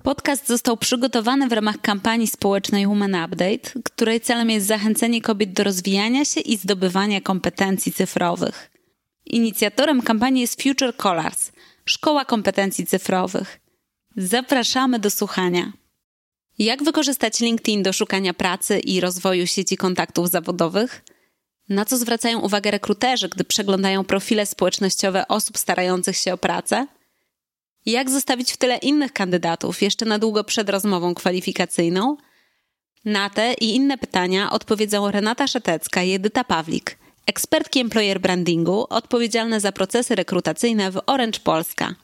Podcast został przygotowany w ramach kampanii społecznej Woman Update, której celem jest zachęcenie kobiet do rozwijania się i zdobywania kompetencji cyfrowych. Inicjatorem kampanii jest Future Colors, Szkoła Kompetencji Cyfrowych. Zapraszamy do słuchania. Jak wykorzystać LinkedIn do szukania pracy i rozwoju sieci kontaktów zawodowych? Na co zwracają uwagę rekruterzy, gdy przeglądają profile społecznościowe osób starających się o pracę? Jak zostawić w tyle innych kandydatów jeszcze na długo przed rozmową kwalifikacyjną? Na te i inne pytania odpowiedzą Renata Szetecka i Edyta Pawlik, ekspertki employer brandingu odpowiedzialne za procesy rekrutacyjne w Orange Polska.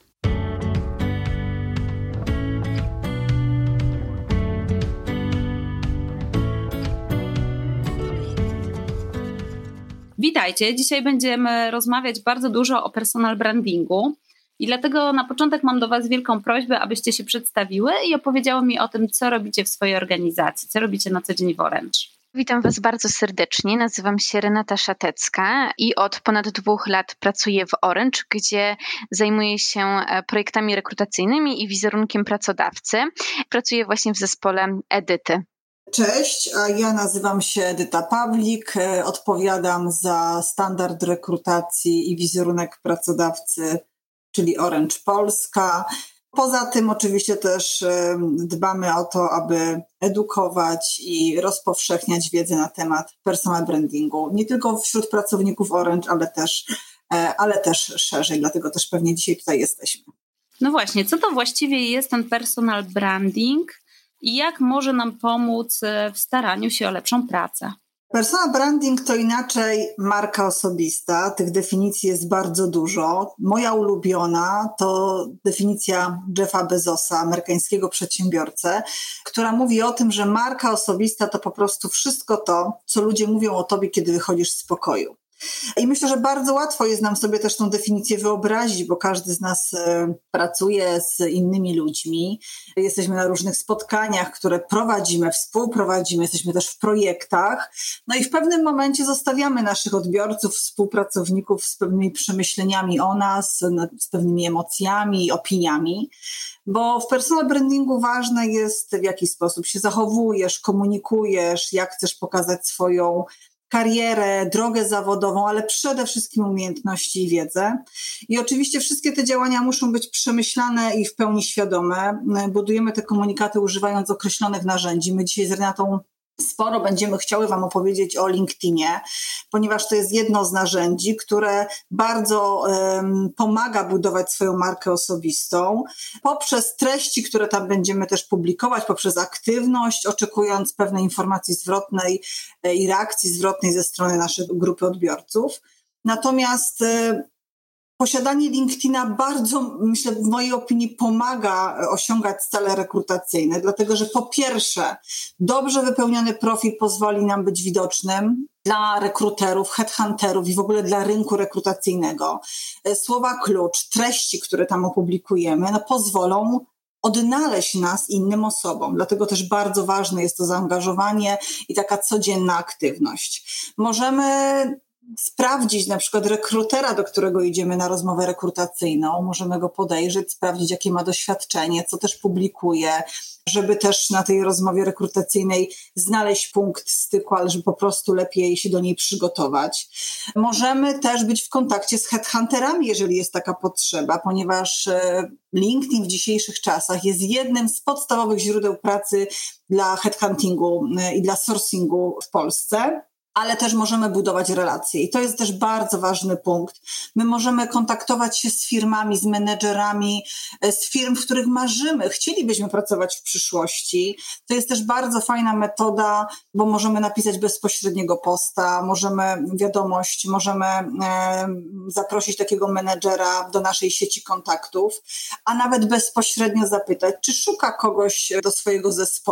Witajcie, dzisiaj będziemy rozmawiać bardzo dużo o personal brandingu i dlatego na początek mam do Was wielką prośbę, abyście się przedstawiły i opowiedziały mi o tym, co robicie w swojej organizacji, co robicie na co dzień w Orange. Witam Was bardzo serdecznie, nazywam się Renata Szetecka i od ponad 2 lat pracuję w Orange, gdzie zajmuję się projektami rekrutacyjnymi i wizerunkiem pracodawcy. Pracuję właśnie w zespole Edyty. Cześć, a ja nazywam się Edyta Pawlik, odpowiadam za standard rekrutacji i wizerunek pracodawcy, czyli Orange Polska. Poza tym oczywiście też dbamy o to, aby edukować i rozpowszechniać wiedzę na temat personal brandingu. Nie tylko wśród pracowników Orange, ale też szerzej, dlatego też pewnie dzisiaj tutaj jesteśmy. No właśnie, co to właściwie jest ten personal branding i jak może nam pomóc w staraniu się o lepszą pracę? Personal branding to inaczej marka osobista. Tych definicji jest bardzo dużo. Moja ulubiona to definicja Jeffa Bezosa, amerykańskiego przedsiębiorcę, która mówi o tym, że marka osobista to po prostu wszystko to, co ludzie mówią o tobie, kiedy wychodzisz z pokoju. I myślę, że bardzo łatwo jest nam sobie też tą definicję wyobrazić, bo każdy z nas pracuje z innymi ludźmi. Jesteśmy na różnych spotkaniach, które prowadzimy, współprowadzimy, jesteśmy też w projektach. No i w pewnym momencie zostawiamy naszych odbiorców, współpracowników z pewnymi przemyśleniami o nas, z pewnymi emocjami, opiniami. Bo w personal brandingu ważne jest, w jaki sposób się zachowujesz, komunikujesz, jak chcesz pokazać swoją karierę, drogę zawodową, ale przede wszystkim umiejętności i wiedzę. I oczywiście wszystkie te działania muszą być przemyślane i w pełni świadome. Budujemy te komunikaty używając określonych narzędzi. My dzisiaj z Renatą sporo będziemy chciały Wam opowiedzieć o LinkedInie, ponieważ to jest jedno z narzędzi, które bardzo pomaga budować swoją markę osobistą poprzez treści, które tam będziemy też publikować, poprzez aktywność, oczekując pewnej informacji zwrotnej i reakcji zwrotnej ze strony naszej grupy odbiorców. Natomiast posiadanie LinkedIna bardzo, myślę, w mojej opinii pomaga osiągać cele rekrutacyjne, dlatego że po pierwsze dobrze wypełniony profil pozwoli nam być widocznym dla rekruterów, headhunterów i w ogóle dla rynku rekrutacyjnego. Słowa klucz, treści, które tam opublikujemy, pozwolą odnaleźć nas innym osobom. Dlatego też bardzo ważne jest to zaangażowanie i taka codzienna aktywność. Możemy sprawdzić na przykład rekrutera, do którego idziemy na rozmowę rekrutacyjną. Możemy go podejrzeć, sprawdzić, jakie ma doświadczenie, co też publikuje, żeby też na tej rozmowie rekrutacyjnej znaleźć punkt styku, ale żeby po prostu lepiej się do niej przygotować. Możemy też być w kontakcie z headhunterami, jeżeli jest taka potrzeba, ponieważ LinkedIn w dzisiejszych czasach jest jednym z podstawowych źródeł pracy dla headhuntingu i dla sourcingu w Polsce. Ale też możemy budować relacje i to jest też bardzo ważny punkt. My możemy kontaktować się z firmami, z menedżerami, z firm, w których marzymy, chcielibyśmy pracować w przyszłości. To jest też bardzo fajna metoda, bo możemy napisać bezpośredniego posta, możemy wiadomość, możemy zaprosić takiego menedżera do naszej sieci kontaktów, a nawet bezpośrednio zapytać, czy szuka kogoś do swojego zespołu.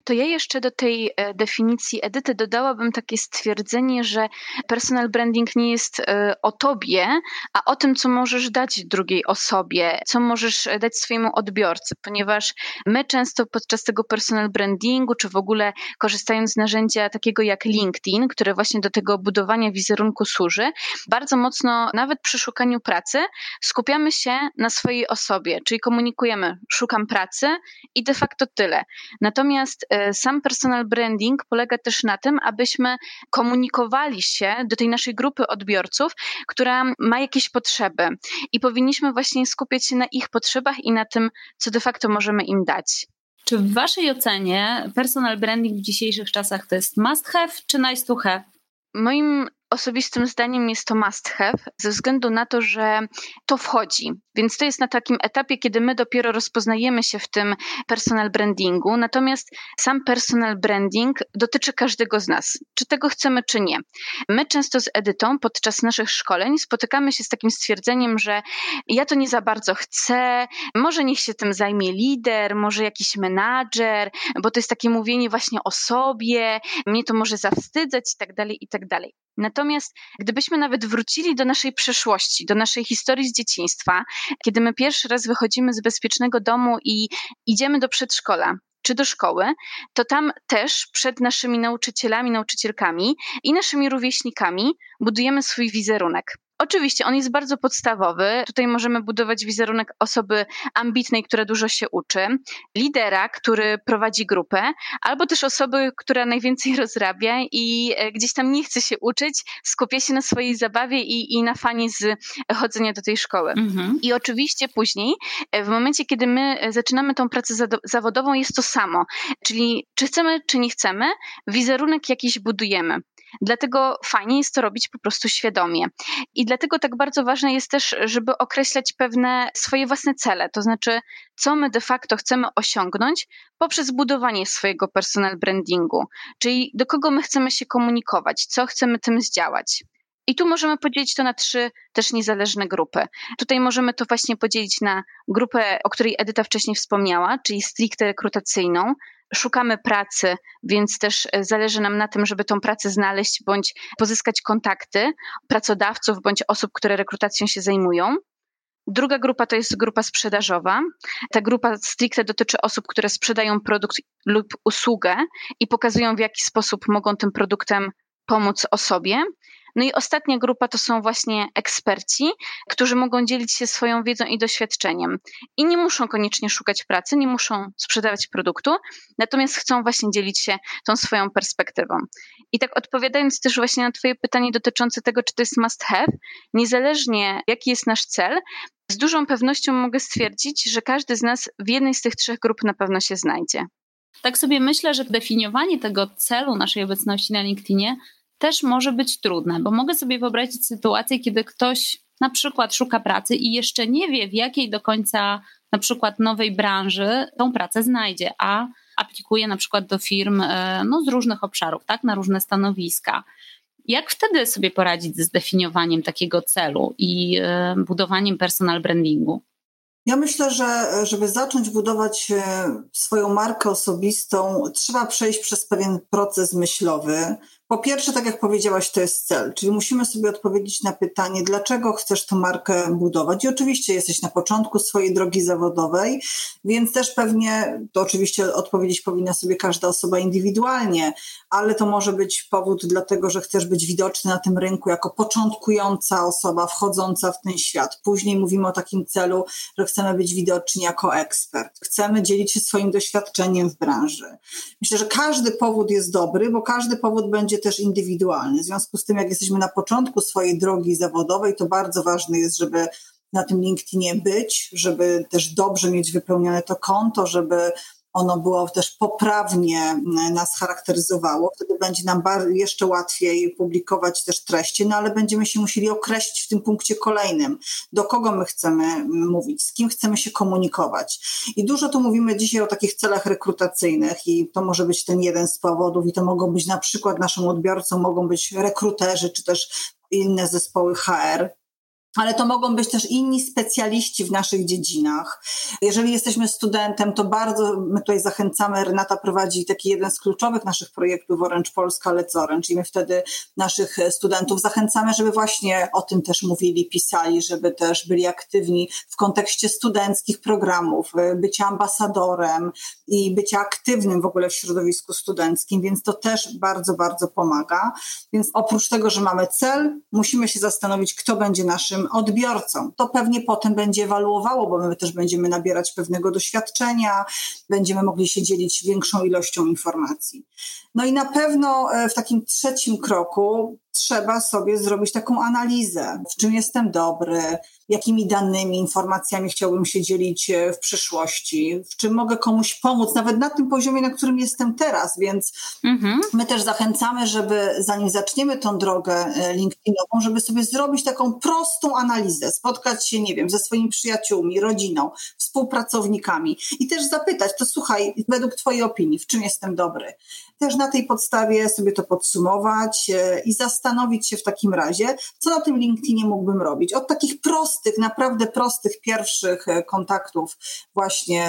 To ja jeszcze do tej definicji Edyty dodałabym takie stwierdzenie, że personal branding nie jest o tobie, a o tym, co możesz dać drugiej osobie, co możesz dać swojemu odbiorcy, ponieważ my często podczas tego personal brandingu, czy w ogóle korzystając z narzędzia takiego jak LinkedIn, które właśnie do tego budowania wizerunku służy, bardzo mocno nawet przy szukaniu pracy skupiamy się na swojej osobie, czyli komunikujemy, szukam pracy i de facto tyle. Natomiast sam personal branding polega też na tym, abyśmy komunikowali się do tej naszej grupy odbiorców, która ma jakieś potrzeby i powinniśmy właśnie skupiać się na ich potrzebach i na tym, co de facto możemy im dać. Czy w waszej ocenie personal branding w dzisiejszych czasach to jest must have czy nice to have? Moim osobistym zdaniem jest to must have, ze względu na to, że to wchodzi. Więc to jest na takim etapie, kiedy my dopiero rozpoznajemy się w tym personal brandingu, natomiast sam personal branding dotyczy każdego z nas, czy tego chcemy, czy nie. My często z Edytą podczas naszych szkoleń spotykamy się z takim stwierdzeniem, że ja to nie za bardzo chcę, może niech się tym zajmie lider, może jakiś menadżer, bo to jest takie mówienie właśnie o sobie, mnie to może zawstydzać i tak dalej, i tak dalej. Natomiast gdybyśmy nawet wrócili do naszej przeszłości, do naszej historii z dzieciństwa, kiedy my pierwszy raz wychodzimy z bezpiecznego domu i idziemy do przedszkola czy do szkoły, to tam też przed naszymi nauczycielami, nauczycielkami i naszymi rówieśnikami budujemy swój wizerunek. Oczywiście on jest bardzo podstawowy. Tutaj możemy budować wizerunek osoby ambitnej, która dużo się uczy, lidera, który prowadzi grupę, albo też osoby, która najwięcej rozrabia i gdzieś tam nie chce się uczyć, skupia się na swojej zabawie i na fanie z chodzenia do tej szkoły. I oczywiście później, w momencie, kiedy my zaczynamy tą pracę zawodową, jest to samo. Czyli czy chcemy, czy nie chcemy, wizerunek jakiś budujemy. Dlatego fajnie jest to robić po prostu świadomie. I dlatego tak bardzo ważne jest też, żeby określać pewne swoje własne cele, to znaczy co my de facto chcemy osiągnąć poprzez budowanie swojego personal brandingu, czyli do kogo my chcemy się komunikować, co chcemy tym zdziałać. I tu możemy podzielić to na 3 też niezależne grupy. Tutaj możemy to właśnie podzielić na grupę, o której Edyta wcześniej wspomniała, czyli stricte rekrutacyjną. Szukamy pracy, więc też zależy nam na tym, żeby tą pracę znaleźć bądź pozyskać kontakty pracodawców bądź osób, które rekrutacją się zajmują. Druga grupa to jest grupa sprzedażowa. Ta grupa stricte dotyczy osób, które sprzedają produkt lub usługę i pokazują, w jaki sposób mogą tym produktem pomóc osobie. No i ostatnia grupa to są właśnie eksperci, którzy mogą dzielić się swoją wiedzą i doświadczeniem. I nie muszą koniecznie szukać pracy, nie muszą sprzedawać produktu, natomiast chcą właśnie dzielić się tą swoją perspektywą. I tak odpowiadając też właśnie na twoje pytanie dotyczące tego, czy to jest must have, niezależnie jaki jest nasz cel, z dużą pewnością mogę stwierdzić, że każdy z nas w jednej z tych 3 grup na pewno się znajdzie. Tak sobie myślę, że definiowanie tego celu naszej obecności na LinkedInie też może być trudne, bo mogę sobie wyobrazić sytuację, kiedy ktoś na przykład szuka pracy i jeszcze nie wie, w jakiej do końca na przykład nowej branży tą pracę znajdzie, a aplikuje na przykład do firm z różnych obszarów, tak, na różne stanowiska. Jak wtedy sobie poradzić z definiowaniem takiego celu i budowaniem personal brandingu? Ja myślę, że żeby zacząć budować swoją markę osobistą, trzeba przejść przez pewien proces myślowy. Po pierwsze, tak jak powiedziałaś, to jest cel, czyli musimy sobie odpowiedzieć na pytanie, dlaczego chcesz tę markę budować. I oczywiście jesteś na początku swojej drogi zawodowej, więc też pewnie, to oczywiście odpowiedzieć powinna sobie każda osoba indywidualnie, ale to może być powód dlatego, że chcesz być widoczny na tym rynku jako początkująca osoba wchodząca w ten świat. Później mówimy o takim celu, że chcemy być widoczni jako ekspert. Chcemy dzielić się swoim doświadczeniem w branży. Myślę, że każdy powód jest dobry, bo każdy powód będzie też indywidualny. W związku z tym, jak jesteśmy na początku swojej drogi zawodowej, to bardzo ważne jest, żeby na tym LinkedInie być, żeby też dobrze mieć wypełnione to konto, żeby ono było też poprawnie nas charakteryzowało. Wtedy będzie nam jeszcze łatwiej publikować też treści, no ale będziemy się musieli określić w tym punkcie kolejnym, do kogo my chcemy mówić, z kim chcemy się komunikować. I dużo tu mówimy dzisiaj o takich celach rekrutacyjnych i to może być ten jeden z powodów i to mogą być na przykład naszym odbiorcą, mogą być rekruterzy czy też inne zespoły HR. ale to mogą być też inni specjaliści w naszych dziedzinach. Jeżeli jesteśmy studentem, to bardzo my tutaj zachęcamy, Renata prowadzi taki jeden z kluczowych naszych projektów Orange Polska Let's Orange i my wtedy naszych studentów zachęcamy, żeby właśnie o tym też mówili, pisali, żeby też byli aktywni w kontekście studenckich programów, bycia ambasadorem i bycia aktywnym w ogóle w środowisku studenckim, więc to też bardzo, bardzo pomaga. Więc oprócz tego, że mamy cel, musimy się zastanowić, kto będzie naszym odbiorcą. To pewnie potem będzie ewaluowało, bo my też będziemy nabierać pewnego doświadczenia, będziemy mogli się dzielić większą ilością informacji. No i na pewno w takim trzecim kroku trzeba sobie zrobić taką analizę, w czym jestem dobry, jakimi danymi, informacjami chciałbym się dzielić w przyszłości, w czym mogę komuś pomóc, nawet na tym poziomie, na którym jestem teraz, więc my też zachęcamy, żeby zanim zaczniemy tą drogę LinkedInową, żeby sobie zrobić taką prostą analizę, spotkać się, nie wiem, ze swoimi przyjaciółmi, rodziną, współpracownikami i też zapytać, to słuchaj, według twojej opinii, w czym jestem dobry? Też na tej podstawie sobie to podsumować i zastanowić się w takim razie, co na tym LinkedInie mógłbym robić. Od takich prostych, naprawdę prostych pierwszych kontaktów właśnie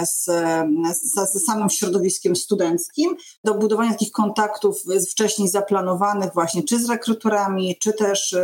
ze samym środowiskiem studenckim, do budowania takich kontaktów wcześniej zaplanowanych właśnie czy z rekruterami, czy też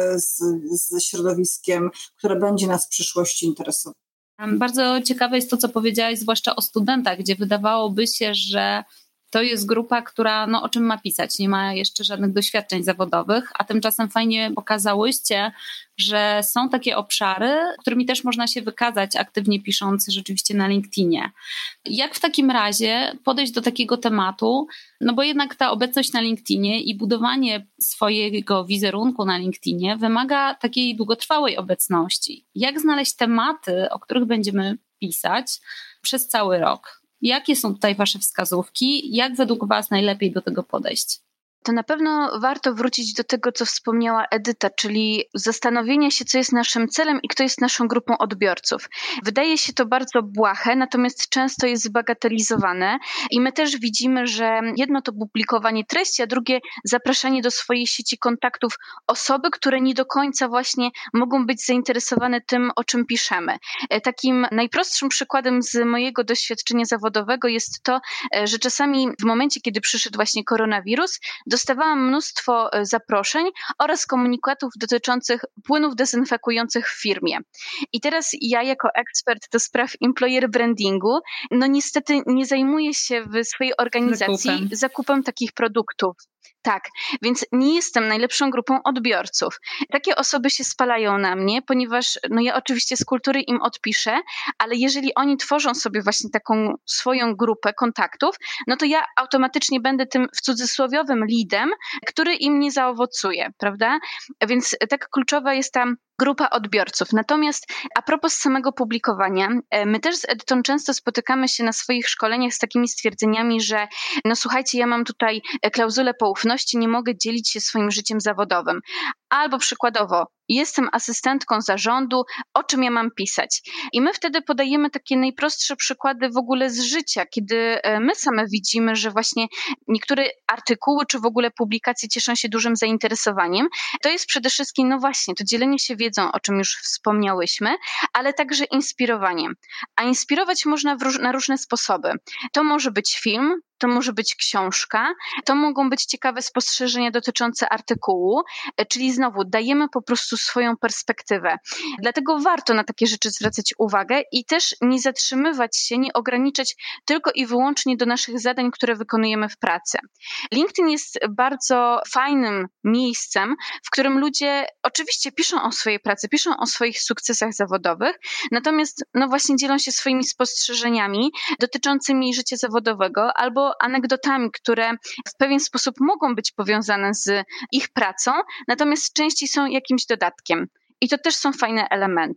ze środowiskiem, które będzie nas w przyszłości interesowało. Bardzo ciekawe jest to, co powiedziałaś, zwłaszcza o studentach, gdzie wydawałoby się, że to jest grupa, która o czym ma pisać, nie ma jeszcze żadnych doświadczeń zawodowych, a tymczasem fajnie pokazałyście, że są takie obszary, którymi też można się wykazać aktywnie pisząc rzeczywiście na LinkedInie. Jak w takim razie podejść do takiego tematu, bo jednak ta obecność na LinkedInie i budowanie swojego wizerunku na LinkedInie wymaga takiej długotrwałej obecności. Jak znaleźć tematy, o których będziemy pisać przez cały rok? Jakie są tutaj wasze wskazówki? Jak według was najlepiej do tego podejść? To na pewno warto wrócić do tego, co wspomniała Edyta, czyli zastanowienia się, co jest naszym celem i kto jest naszą grupą odbiorców. Wydaje się to bardzo błahe, natomiast często jest zbagatelizowane i my też widzimy, że jedno to publikowanie treści, a drugie zapraszanie do swojej sieci kontaktów osoby, które nie do końca właśnie mogą być zainteresowane tym, o czym piszemy. Takim najprostszym przykładem z mojego doświadczenia zawodowego jest to, że czasami w momencie, kiedy przyszedł właśnie koronawirus, dostawałam mnóstwo zaproszeń oraz komunikatów dotyczących płynów dezynfekujących w firmie. I teraz ja jako ekspert do spraw employer brandingu, niestety nie zajmuję się w swojej organizacji zakupem takich produktów. Tak, więc nie jestem najlepszą grupą odbiorców. Takie osoby się spalają na mnie, ponieważ ja oczywiście z kultury im odpiszę, ale jeżeli oni tworzą sobie właśnie taką swoją grupę kontaktów, to ja automatycznie będę tym w cudzysłowiowym leadem, który im nie zaowocuje, prawda? Więc tak kluczowa jest ta grupa odbiorców. Natomiast a propos samego publikowania, my też z Edytą często spotykamy się na swoich szkoleniach z takimi stwierdzeniami, że słuchajcie, ja mam tutaj klauzulę poufności, nie mogę dzielić się swoim życiem zawodowym. Albo przykładowo, jestem asystentką zarządu, o czym ja mam pisać? I my wtedy podajemy takie najprostsze przykłady w ogóle z życia, kiedy my same widzimy, że właśnie niektóre artykuły czy w ogóle publikacje cieszą się dużym zainteresowaniem. To jest przede wszystkim, właśnie, to dzielenie się wiedzą, o czym już wspomniałyśmy, ale także inspirowanie. A inspirować można na różne sposoby. To może być film, to może być książka, to mogą być ciekawe spostrzeżenia dotyczące artykułu, czyli znowu dajemy po prostu swoją perspektywę. Dlatego warto na takie rzeczy zwracać uwagę i też nie zatrzymywać się, nie ograniczać tylko i wyłącznie do naszych zadań, które wykonujemy w pracy. LinkedIn jest bardzo fajnym miejscem, w którym ludzie oczywiście piszą o swojej pracy, piszą o swoich sukcesach zawodowych, natomiast właśnie dzielą się swoimi spostrzeżeniami dotyczącymi życia zawodowego albo anegdotami, które w pewien sposób mogą być powiązane z ich pracą, natomiast częściej są jakimś dodatkiem. I to też są fajne elementy.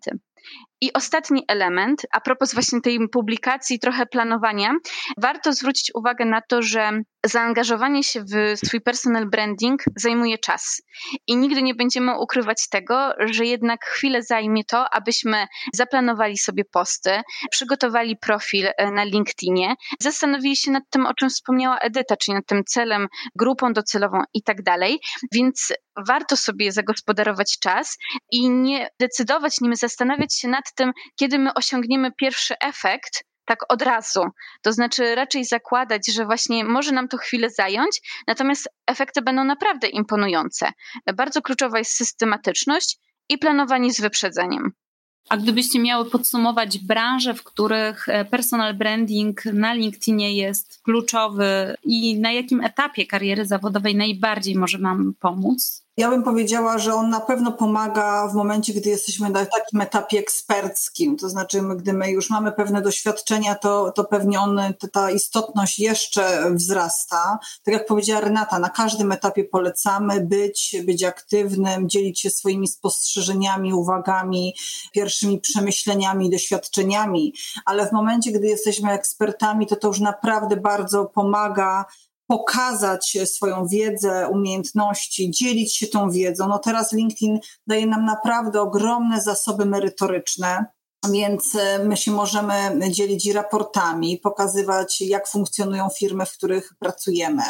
I ostatni element, a propos właśnie tej publikacji, trochę planowania, warto zwrócić uwagę na to, że zaangażowanie się w swój personal branding zajmuje czas. I nigdy nie będziemy ukrywać tego, że jednak chwilę zajmie to, abyśmy zaplanowali sobie posty, przygotowali profil na LinkedInie, zastanowili się nad tym, o czym wspomniała Edyta, czyli nad tym celem, grupą docelową i tak dalej. Więc warto sobie zagospodarować czas i nie decydować, nie zastanawiać się nad tym, kiedy my osiągniemy pierwszy efekt, tak od razu. To znaczy raczej zakładać, że właśnie może nam to chwilę zająć, natomiast efekty będą naprawdę imponujące. Bardzo kluczowa jest systematyczność i planowanie z wyprzedzeniem. A gdybyście miały podsumować branże, w których personal branding na LinkedInie jest kluczowy i na jakim etapie kariery zawodowej najbardziej może nam pomóc? Ja bym powiedziała, że on na pewno pomaga w momencie, gdy jesteśmy na takim etapie eksperckim. To znaczy, gdy my już mamy pewne doświadczenia, to pewnie ta istotność jeszcze wzrasta. Tak jak powiedziała Renata, na każdym etapie polecamy być aktywnym, dzielić się swoimi spostrzeżeniami, uwagami, pierwszymi przemyśleniami, doświadczeniami. Ale w momencie, gdy jesteśmy ekspertami, to już naprawdę bardzo pomaga pokazać swoją wiedzę, umiejętności, dzielić się tą wiedzą. No teraz LinkedIn daje nam naprawdę ogromne zasoby merytoryczne, więc my się możemy dzielić i raportami, pokazywać, jak funkcjonują firmy, w których pracujemy,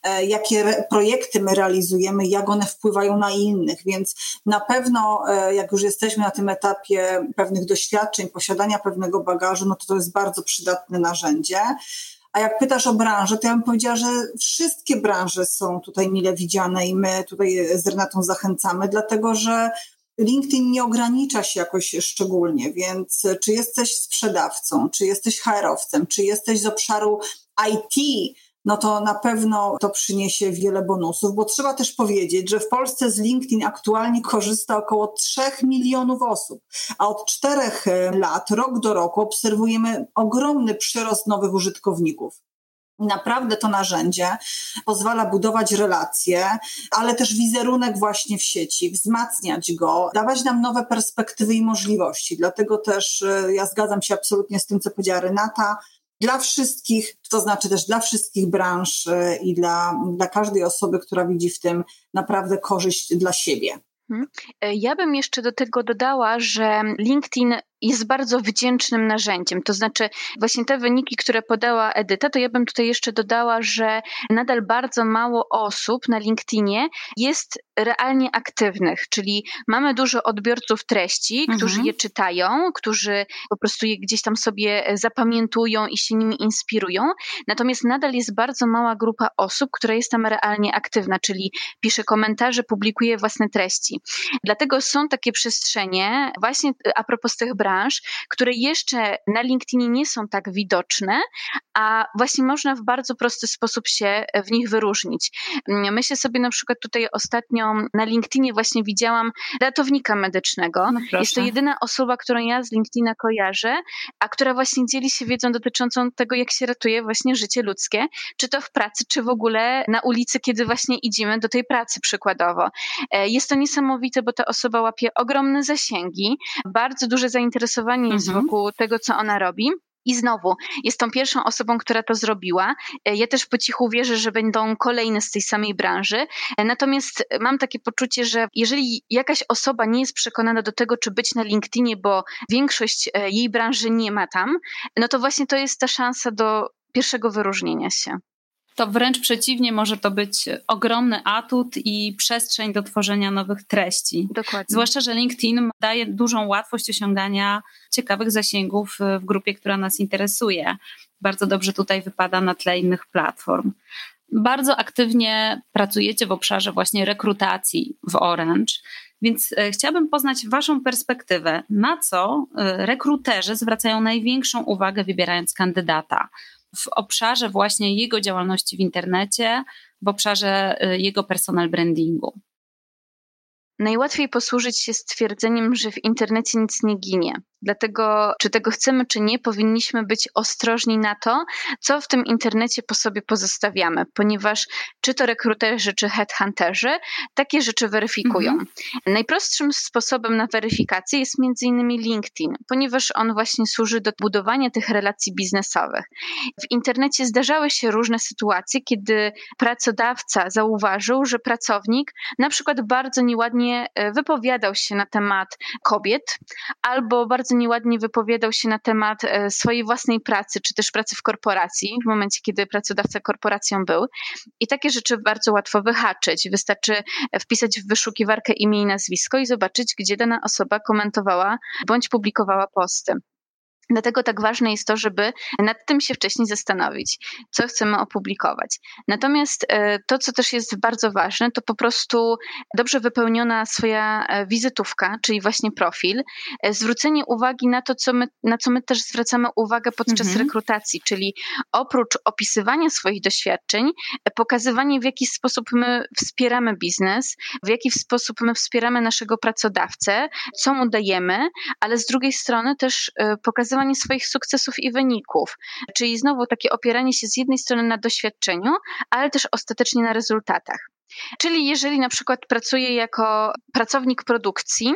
jakie projekty my realizujemy, jak one wpływają na innych. Więc na pewno, jak już jesteśmy na tym etapie pewnych doświadczeń, posiadania pewnego bagażu, no to jest bardzo przydatne narzędzie. A jak pytasz o branżę, to ja bym powiedziała, że wszystkie branże są tutaj mile widziane i my tutaj z Renatą zachęcamy, dlatego że LinkedIn nie ogranicza się jakoś szczególnie, więc czy jesteś sprzedawcą, czy jesteś HR-owcem, czy jesteś z obszaru IT, no to na pewno to przyniesie wiele bonusów, bo trzeba też powiedzieć, że w Polsce z LinkedIn aktualnie korzysta około 3 milionów osób, a od 4 lat, rok do roku obserwujemy ogromny przyrost nowych użytkowników. Naprawdę to narzędzie pozwala budować relacje, ale też wizerunek właśnie w sieci, wzmacniać go, dawać nam nowe perspektywy i możliwości. Dlatego też ja zgadzam się absolutnie z tym, co powiedziała Renata. Dla wszystkich, to znaczy też dla wszystkich branż i dla każdej osoby, która widzi w tym naprawdę korzyść dla siebie. Ja bym jeszcze do tego dodała, że LinkedIn jest bardzo wdzięcznym narzędziem. To znaczy właśnie te wyniki, które podała Edyta, to ja bym tutaj jeszcze dodała, że nadal bardzo mało osób na LinkedInie jest realnie aktywnych, czyli mamy dużo odbiorców treści, którzy je czytają, którzy po prostu je gdzieś tam sobie zapamiętują i się nimi inspirują. Natomiast nadal jest bardzo mała grupa osób, która jest tam realnie aktywna, czyli pisze komentarze, publikuje własne treści. Dlatego są takie przestrzenie właśnie a propos tych branż, które jeszcze na LinkedInie nie są tak widoczne, a właśnie można w bardzo prosty sposób się w nich wyróżnić. Myślę sobie na przykład tutaj ostatnio na LinkedInie właśnie widziałam ratownika medycznego. No jest to jedyna osoba, którą ja z LinkedIna kojarzę, a która właśnie dzieli się wiedzą dotyczącą tego, jak się ratuje właśnie życie ludzkie, czy to w pracy, czy w ogóle na ulicy, kiedy właśnie idziemy do tej pracy przykładowo. Jest to niesamowite, bo ta osoba łapie ogromne zasięgi, bardzo duże zainteresowanie jest wokół tego, co ona robi. I znowu, jest tą pierwszą osobą, która to zrobiła. Ja też po cichu wierzę, że będą kolejne z tej samej branży. Natomiast mam takie poczucie, że jeżeli jakaś osoba nie jest przekonana do tego, czy być na LinkedInie, bo większość jej branży nie ma tam, no to właśnie to jest ta szansa do pierwszego wyróżnienia się. To wręcz przeciwnie, może to być ogromny atut i przestrzeń do tworzenia nowych treści. Dokładnie. Zwłaszcza, że LinkedIn daje dużą łatwość osiągania ciekawych zasięgów w grupie, która nas interesuje. Bardzo dobrze tutaj wypada na tle innych platform. Bardzo aktywnie pracujecie w obszarze właśnie rekrutacji w Orange, więc chciałabym poznać Waszą perspektywę, na co rekruterzy zwracają największą uwagę, wybierając kandydata w obszarze właśnie jego działalności w internecie, w obszarze jego personal brandingu. Najłatwiej posłużyć się stwierdzeniem, że w internecie nic nie ginie. Dlatego, czy tego chcemy, czy nie, powinniśmy być ostrożni na to, co w tym internecie po sobie pozostawiamy, ponieważ czy to rekruterzy, czy headhunterzy takie rzeczy weryfikują. Najprostszym sposobem na weryfikację jest m.in. LinkedIn, ponieważ on właśnie służy do budowania tych relacji biznesowych. W internecie zdarzały się różne sytuacje, kiedy pracodawca zauważył, że pracownik na przykład bardzo nieładnie wypowiadał się na temat kobiet, albo bardzo nieładnie wypowiadał się na temat swojej własnej pracy, czy też pracy w korporacji, w momencie, kiedy pracodawca korporacją był. I takie rzeczy bardzo łatwo wyhaczyć. Wystarczy wpisać w wyszukiwarkę imię i nazwisko i zobaczyć, gdzie dana osoba komentowała bądź publikowała posty. Dlatego tak ważne jest to, żeby nad tym się wcześniej zastanowić, co chcemy opublikować. Natomiast to, co też jest bardzo ważne, to po prostu dobrze wypełniona swoja wizytówka, czyli właśnie profil, zwrócenie uwagi na to, na co my też zwracamy uwagę podczas rekrutacji, czyli oprócz opisywania swoich doświadczeń, pokazywanie, w jaki sposób my wspieramy biznes, w jaki sposób my wspieramy naszego pracodawcę, co mu dajemy, ale z drugiej strony też pokazywanie swoich sukcesów i wyników, czyli znowu takie opieranie się z jednej strony na doświadczeniu, ale też ostatecznie na rezultatach. Czyli jeżeli na przykład pracuję jako pracownik produkcji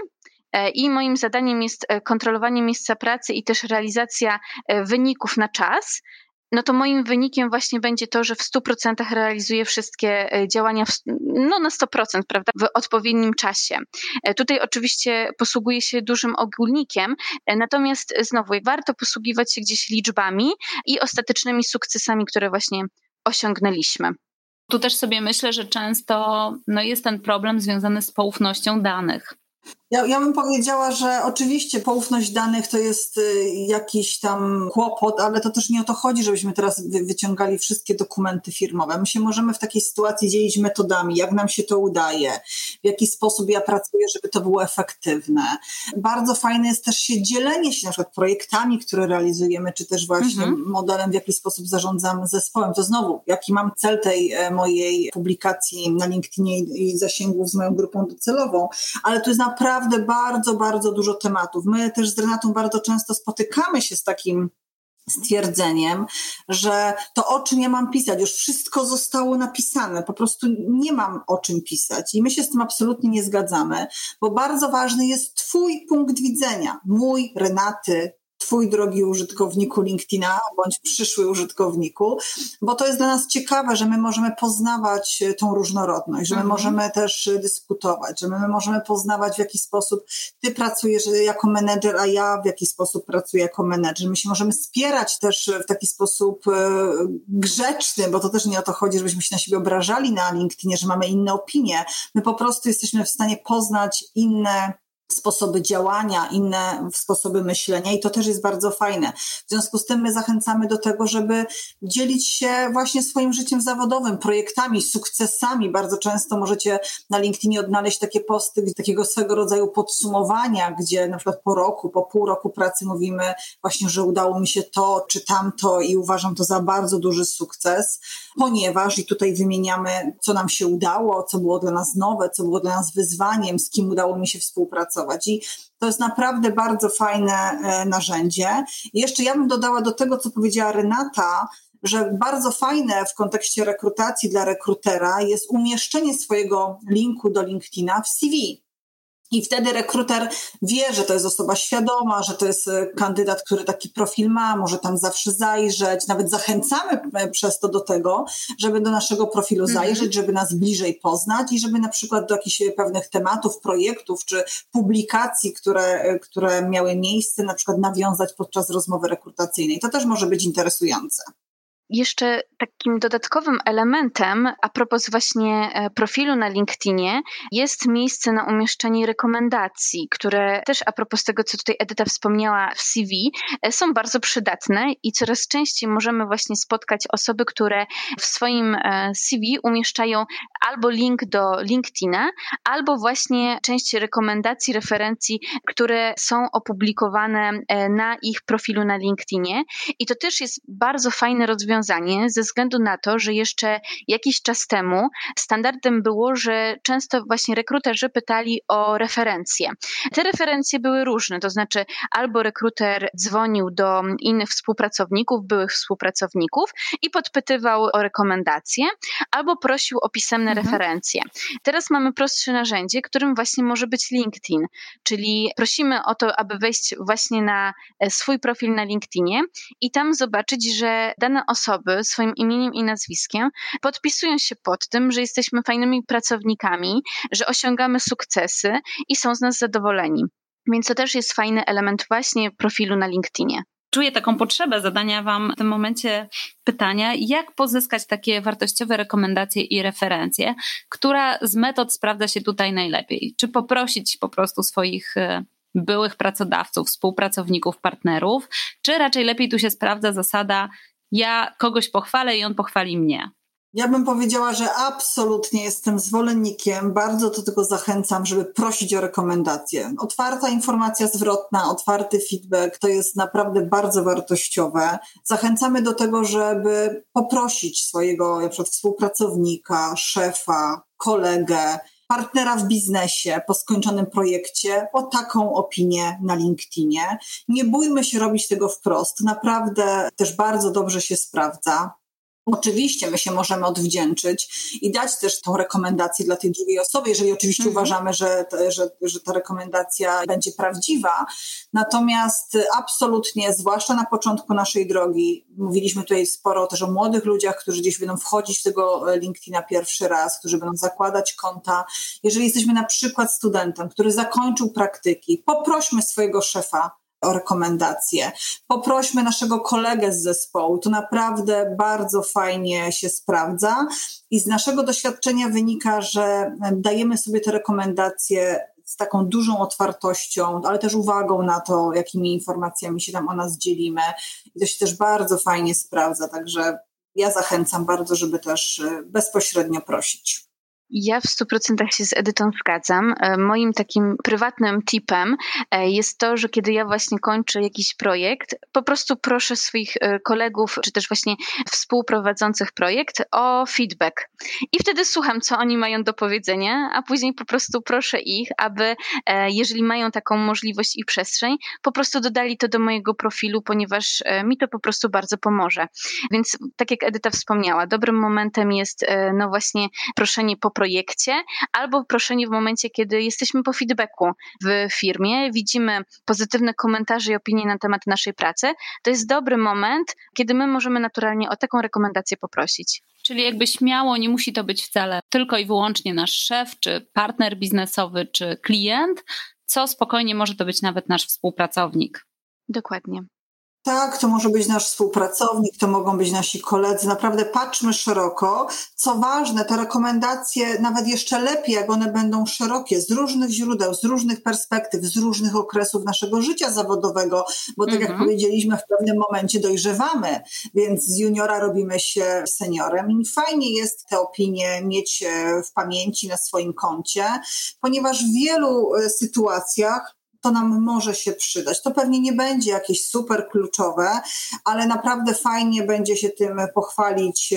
i moim zadaniem jest kontrolowanie miejsca pracy i też realizacja wyników na czas, no to moim wynikiem właśnie będzie to, że w 100% realizuję wszystkie działania na 100%, prawda, w odpowiednim czasie. Tutaj oczywiście posługuję się dużym ogólnikiem, natomiast znowu warto posługiwać się gdzieś liczbami i ostatecznymi sukcesami, które właśnie osiągnęliśmy. Tu też sobie myślę, że często jest ten problem związany z poufnością danych. Ja bym powiedziała, że oczywiście poufność danych to jest jakiś tam kłopot, ale to też nie o to chodzi, żebyśmy teraz wyciągali wszystkie dokumenty firmowe. My się możemy w takiej sytuacji dzielić metodami, jak nam się to udaje, w jaki sposób ja pracuję, żeby to było efektywne. Bardzo fajne jest też dzielenie się na przykład projektami, które realizujemy, czy też właśnie modelem, w jaki sposób zarządzamy zespołem. To znowu, jaki mam cel tej mojej publikacji na LinkedInie i zasięgów z moją grupą docelową, ale tu jest naprawdę bardzo, bardzo dużo tematów. My też z Renatą bardzo często spotykamy się z takim stwierdzeniem, że to o czym ja mam pisać, już wszystko zostało napisane, po prostu nie mam o czym pisać i my się z tym absolutnie nie zgadzamy, bo bardzo ważny jest Twój punkt widzenia, mój, Renaty, Twój drogi użytkowniku LinkedIna bądź przyszły użytkowniku, bo to jest dla nas ciekawe, że my możemy poznawać tą różnorodność, że my możemy też dyskutować, że my możemy poznawać, w jaki sposób Ty pracujesz jako menedżer, a ja w jaki sposób pracuję jako menedżer. My się możemy wspierać też w taki sposób grzeczny, bo to też nie o to chodzi, żebyśmy się na siebie obrażali na LinkedInie, że mamy inne opinie. My po prostu jesteśmy w stanie poznać inne sposoby działania, inne sposoby myślenia i to też jest bardzo fajne. W związku z tym my zachęcamy do tego, żeby dzielić się właśnie swoim życiem zawodowym, projektami, sukcesami. Bardzo często możecie na LinkedInie odnaleźć takie posty, takiego swego rodzaju podsumowania, gdzie na przykład po roku, po pół roku pracy mówimy właśnie, że udało mi się to czy tamto i uważam to za bardzo duży sukces, ponieważ i tutaj wymieniamy, co nam się udało, co było dla nas nowe, co było dla nas wyzwaniem, z kim udało mi się współpracować. I to jest naprawdę bardzo fajne narzędzie. I jeszcze ja bym dodała do tego, co powiedziała Renata, że bardzo fajne w kontekście rekrutacji dla rekrutera jest umieszczenie swojego linku do LinkedIna w CV. I wtedy rekruter wie, że to jest osoba świadoma, że to jest kandydat, który taki profil ma, może tam zawsze zajrzeć. Nawet zachęcamy przez to do tego, żeby do naszego profilu zajrzeć, żeby nas bliżej poznać i żeby na przykład do jakichś pewnych tematów, projektów czy publikacji, które miały miejsce, na przykład nawiązać podczas rozmowy rekrutacyjnej. To też może być interesujące. Jeszcze takim dodatkowym elementem, a propos właśnie profilu na LinkedInie, jest miejsce na umieszczenie rekomendacji, które też a propos tego, co tutaj Edyta wspomniała w CV, są bardzo przydatne i coraz częściej możemy właśnie spotkać osoby, które w swoim CV umieszczają albo link do LinkedIna, albo właśnie część rekomendacji, referencji, które są opublikowane na ich profilu na LinkedInie. I to też jest bardzo fajne rozwiązanie, rozwiązanie ze względu na to, że jeszcze jakiś czas temu standardem było, że często właśnie rekruterzy pytali o referencje. Te referencje były różne, to znaczy albo rekruter dzwonił do innych współpracowników, byłych współpracowników i podpytywał o rekomendacje, albo prosił o pisemne referencje. Teraz mamy prostsze narzędzie, którym właśnie może być LinkedIn, czyli prosimy o to, aby wejść właśnie na swój profil na LinkedInie i tam zobaczyć, że dane osoby swoim imieniem i nazwiskiem podpisują się pod tym, że jesteśmy fajnymi pracownikami, że osiągamy sukcesy i są z nas zadowoleni. Więc to też jest fajny element właśnie profilu na LinkedInie. Czuję taką potrzebę zadania Wam w tym momencie pytania, jak pozyskać takie wartościowe rekomendacje i referencje, która z metod sprawdza się tutaj najlepiej? Czy poprosić po prostu swoich byłych pracodawców, współpracowników, partnerów, czy raczej lepiej tu się sprawdza zasada ja kogoś pochwalę i on pochwali mnie? Ja bym powiedziała, że absolutnie jestem zwolennikiem, bardzo do tego zachęcam, żeby prosić o rekomendacje. Otwarta informacja zwrotna, otwarty feedback to jest naprawdę bardzo wartościowe. Zachęcamy do tego, żeby poprosić swojego na przykład współpracownika, szefa, kolegę, partnera w biznesie po skończonym projekcie o taką opinię na LinkedInie. Nie bójmy się robić tego wprost. Naprawdę też bardzo dobrze się sprawdza. Oczywiście my się możemy odwdzięczyć i dać też tą rekomendację dla tej drugiej osoby, jeżeli oczywiście uważamy, że ta rekomendacja będzie prawdziwa. Natomiast absolutnie, zwłaszcza na początku naszej drogi, mówiliśmy tutaj sporo też o młodych ludziach, którzy gdzieś będą wchodzić w tego LinkedIna pierwszy raz, którzy będą zakładać konta. Jeżeli jesteśmy na przykład studentem, który zakończył praktyki, poprośmy swojego szefa o rekomendacje. Poprośmy naszego kolegę z zespołu. To naprawdę bardzo fajnie się sprawdza i z naszego doświadczenia wynika, że dajemy sobie te rekomendacje z taką dużą otwartością, ale też uwagą na to, jakimi informacjami się tam o nas dzielimy. I to się też bardzo fajnie sprawdza, także ja zachęcam bardzo, żeby też bezpośrednio prosić. Ja w 100% się z Edytą zgadzam. Moim takim prywatnym tipem jest to, że kiedy ja właśnie kończę jakiś projekt, po prostu proszę swoich kolegów, czy też właśnie współprowadzących projekt o feedback. I wtedy słucham, co oni mają do powiedzenia, a później po prostu proszę ich, aby jeżeli mają taką możliwość i przestrzeń, po prostu dodali to do mojego profilu, ponieważ mi to po prostu bardzo pomoże. Więc tak jak Edyta wspomniała, dobrym momentem jest no właśnie proszenie po projekcie albo proszenie w momencie, kiedy jesteśmy po feedbacku w firmie, widzimy pozytywne komentarze i opinie na temat naszej pracy, to jest dobry moment, kiedy my możemy naturalnie o taką rekomendację poprosić. Czyli jakby śmiało, nie musi to być wcale tylko i wyłącznie nasz szef, czy partner biznesowy, czy klient, co spokojnie może to być nawet nasz współpracownik. Dokładnie. Tak, to może być nasz współpracownik, to mogą być nasi koledzy. Naprawdę patrzmy szeroko. Co ważne, te rekomendacje nawet jeszcze lepiej, jak one będą szerokie, z różnych źródeł, z różnych perspektyw, z różnych okresów naszego życia zawodowego, bo tak jak powiedzieliśmy, w pewnym momencie dojrzewamy, więc z juniora robimy się seniorem i fajnie jest te opinie mieć w pamięci na swoim koncie, ponieważ w wielu sytuacjach to nam może się przydać. To pewnie nie będzie jakieś super kluczowe, ale naprawdę fajnie będzie się tym pochwalić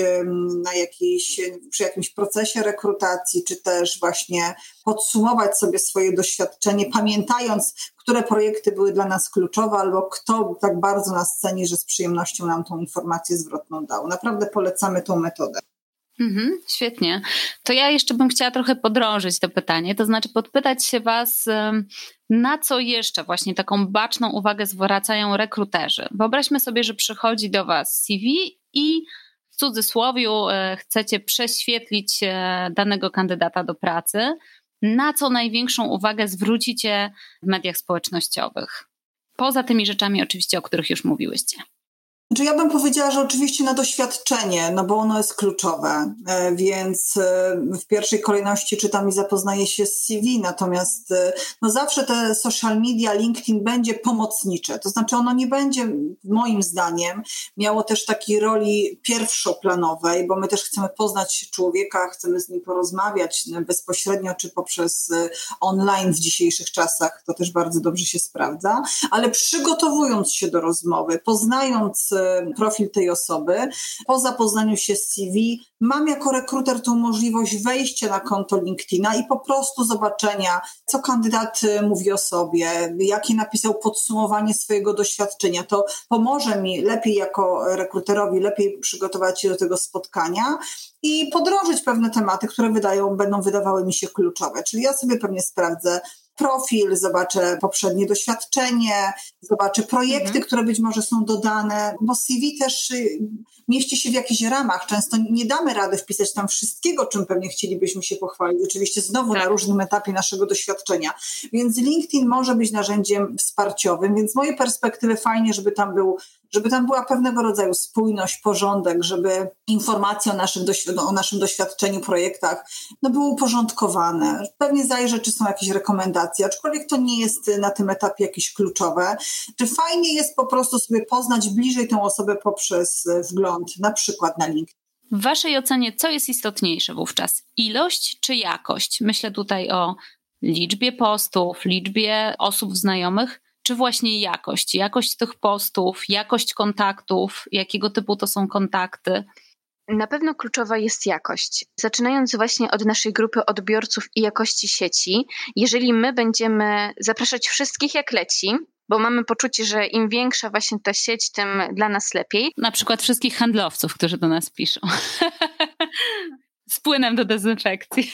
przy jakimś procesie rekrutacji, czy też właśnie podsumować sobie swoje doświadczenie, pamiętając, które projekty były dla nas kluczowe, albo kto tak bardzo nas ceni, że z przyjemnością nam tą informację zwrotną dał. Naprawdę polecamy tą metodę. Świetnie. To ja jeszcze bym chciała trochę podrążyć to pytanie, to znaczy podpytać się Was, na co jeszcze właśnie taką baczną uwagę zwracają rekruterzy. Wyobraźmy sobie, że przychodzi do Was CV i w cudzysłowiu chcecie prześwietlić danego kandydata do pracy. Na co największą uwagę zwrócicie w mediach społecznościowych? Poza tymi rzeczami oczywiście, o których już mówiłyście. Ja bym powiedziała, że oczywiście na doświadczenie, no bo ono jest kluczowe, więc w pierwszej kolejności czytam i zapoznaję się z CV, natomiast no zawsze te social media, LinkedIn będzie pomocnicze, to znaczy ono nie będzie moim zdaniem miało też takiej roli pierwszoplanowej, bo my też chcemy poznać człowieka, chcemy z nim porozmawiać bezpośrednio czy poprzez online w dzisiejszych czasach, to też bardzo dobrze się sprawdza, ale przygotowując się do rozmowy, poznając profil tej osoby, po zapoznaniu się z CV, mam jako rekruter tą możliwość wejścia na konto LinkedIna i po prostu zobaczenia, co kandydat mówi o sobie, jakie napisał podsumowanie swojego doświadczenia. To pomoże mi lepiej jako rekruterowi, lepiej przygotować się do tego spotkania i podrążyć pewne tematy, które będą wydawały mi się kluczowe. Czyli ja sobie pewnie sprawdzę profil, zobaczę poprzednie doświadczenie, zobaczę projekty, które być może są dodane, bo CV też mieści się w jakichś ramach. Często nie damy rady wpisać tam wszystkiego, czym pewnie chcielibyśmy się pochwalić. Oczywiście znowu na różnym etapie naszego doświadczenia. Więc LinkedIn może być narzędziem wsparciowym, więc z mojej perspektywy fajnie, żeby tam była pewnego rodzaju spójność, porządek, żeby informacje o naszym doświadczeniu, projektach były uporządkowane. Pewnie zajrzę, czy są jakieś rekomendacje, aczkolwiek to nie jest na tym etapie jakieś kluczowe. Czy fajnie jest po prostu sobie poznać bliżej tę osobę poprzez wgląd, na przykład na LinkedIn. W waszej ocenie co jest istotniejsze wówczas? Ilość czy jakość? Myślę tutaj o liczbie postów, liczbie osób znajomych, czy właśnie jakość? Jakość tych postów, jakość kontaktów, jakiego typu to są kontakty? Na pewno kluczowa jest jakość. Zaczynając właśnie od naszej grupy odbiorców i jakości sieci, jeżeli my będziemy zapraszać wszystkich jak leci, bo mamy poczucie, że im większa właśnie ta sieć, tym dla nas lepiej. Na przykład wszystkich handlowców, którzy do nas piszą. Z płynem do dezynfekcji.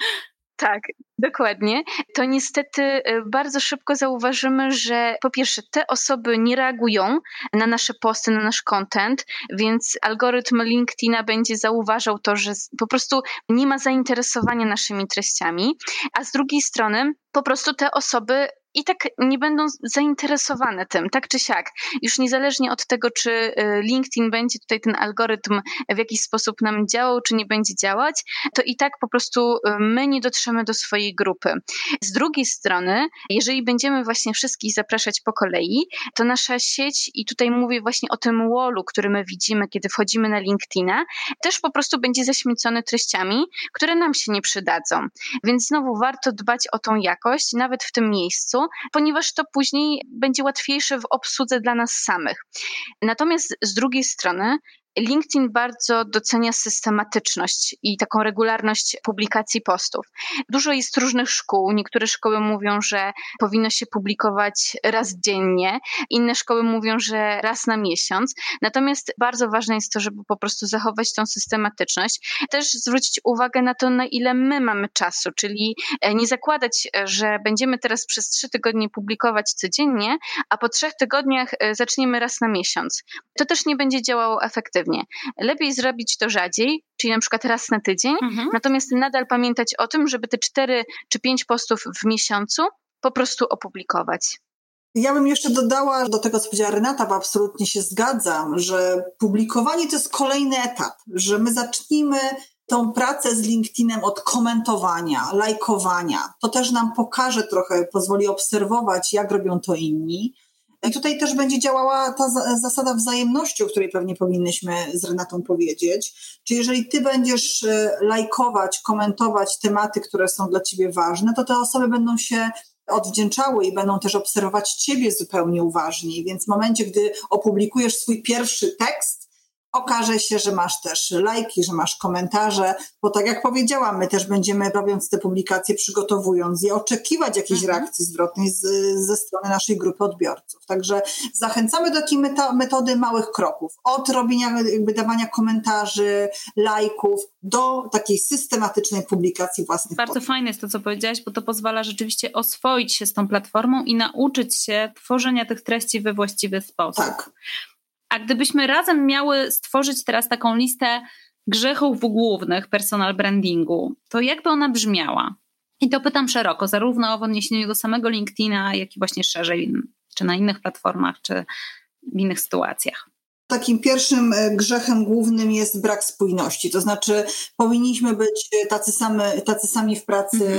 Tak, dokładnie. To niestety bardzo szybko zauważymy, że po pierwsze te osoby nie reagują na nasze posty, na nasz content, więc algorytm LinkedIna będzie zauważał to, że po prostu nie ma zainteresowania naszymi treściami, a z drugiej strony po prostu te osoby i tak nie będą zainteresowane tym, tak czy siak. Już niezależnie od tego, czy LinkedIn będzie tutaj ten algorytm w jakiś sposób nam działał, czy nie będzie działać, to i tak po prostu my nie dotrzemy do swojej grupy. Z drugiej strony, jeżeli będziemy właśnie wszystkich zapraszać po kolei, to nasza sieć, i tutaj mówię właśnie o tym wallu, który my widzimy, kiedy wchodzimy na LinkedIna, też po prostu będzie zaśmiecony treściami, które nam się nie przydadzą. Więc znowu warto dbać o tą jakość, nawet w tym miejscu, ponieważ to później będzie łatwiejsze w obsłudze dla nas samych. Natomiast z drugiej strony LinkedIn bardzo docenia systematyczność i taką regularność publikacji postów. Dużo jest różnych szkół. Niektóre szkoły mówią, że powinno się publikować raz dziennie, inne szkoły mówią, że raz na miesiąc. Natomiast bardzo ważne jest to, żeby po prostu zachować tą systematyczność. Też zwrócić uwagę na to, na ile my mamy czasu, czyli nie zakładać, że będziemy teraz przez 3 tygodnie publikować codziennie, a po 3 tygodniach zaczniemy raz na miesiąc. To też nie będzie działało efektywnie. Lepiej zrobić to rzadziej, czyli na przykład raz na tydzień, natomiast nadal pamiętać o tym, żeby te 4 czy 5 postów w miesiącu po prostu opublikować. Ja bym jeszcze dodała do tego, co powiedziała Renata, bo absolutnie się zgadzam, że publikowanie to jest kolejny etap, że my zacznijmy tą pracę z LinkedInem od komentowania, lajkowania. To też nam pokaże trochę, pozwoli obserwować, jak robią to inni. I tutaj też będzie działała ta zasada wzajemności, o której pewnie powinnyśmy z Renatą powiedzieć. Czyli jeżeli ty będziesz lajkować, komentować tematy, które są dla ciebie ważne, to te osoby będą się odwdzięczały i będą też obserwować ciebie zupełnie uważniej. Więc w momencie, gdy opublikujesz swój pierwszy tekst, okaże się, że masz też lajki, że masz komentarze, bo tak jak powiedziałam, my też będziemy, robiąc te publikacje, przygotowując je, oczekiwać jakiejś reakcji zwrotnej ze strony naszej grupy odbiorców. Także zachęcamy do takiej metody małych kroków. Od robienia, dawania komentarzy, lajków, do takiej systematycznej publikacji własnych Bardzo postów. fajne jest to, co powiedziałaś, bo to pozwala rzeczywiście oswoić się z tą platformą i nauczyć się tworzenia tych treści we właściwy sposób. Tak. A gdybyśmy razem miały stworzyć teraz taką listę grzechów głównych personal brandingu, to jakby ona brzmiała? I to pytam szeroko, zarówno w odniesieniu do samego LinkedIna, jak i właśnie szerzej, czy na innych platformach, czy w innych sytuacjach. Takim pierwszym grzechem głównym jest brak spójności, to znaczy powinniśmy być tacy sami w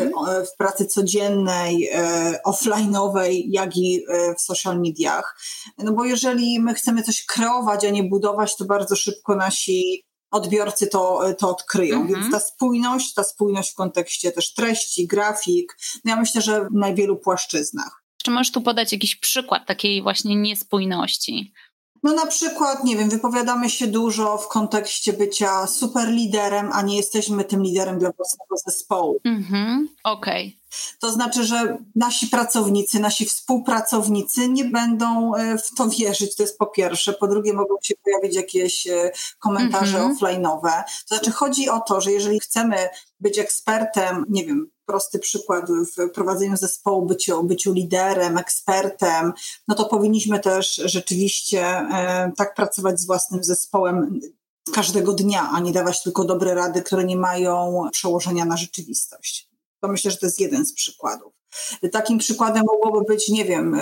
pracy codziennej, offline'owej, jak i w social mediach. No bo jeżeli my chcemy coś kreować, a nie budować, to bardzo szybko nasi odbiorcy to odkryją. Więc ta spójność w kontekście też treści, grafik, ja myślę, że na wielu płaszczyznach. Czy możesz tu podać jakiś przykład takiej właśnie niespójności? No na przykład, nie wiem, wypowiadamy się dużo w kontekście bycia super liderem, a nie jesteśmy tym liderem dla własnego zespołu. Okej. To znaczy, że nasi pracownicy, nasi współpracownicy nie będą w to wierzyć, to jest po pierwsze. Po drugie, mogą się pojawić jakieś komentarze offline'owe. To znaczy, chodzi o to, że jeżeli chcemy być ekspertem, nie wiem, prosty przykład w prowadzeniu zespołu, byciu liderem, ekspertem, no to powinniśmy też rzeczywiście tak pracować z własnym zespołem każdego dnia, a nie dawać tylko dobre rady, które nie mają przełożenia na rzeczywistość. To myślę, że to jest jeden z przykładów. Takim przykładem mogłoby być, nie wiem,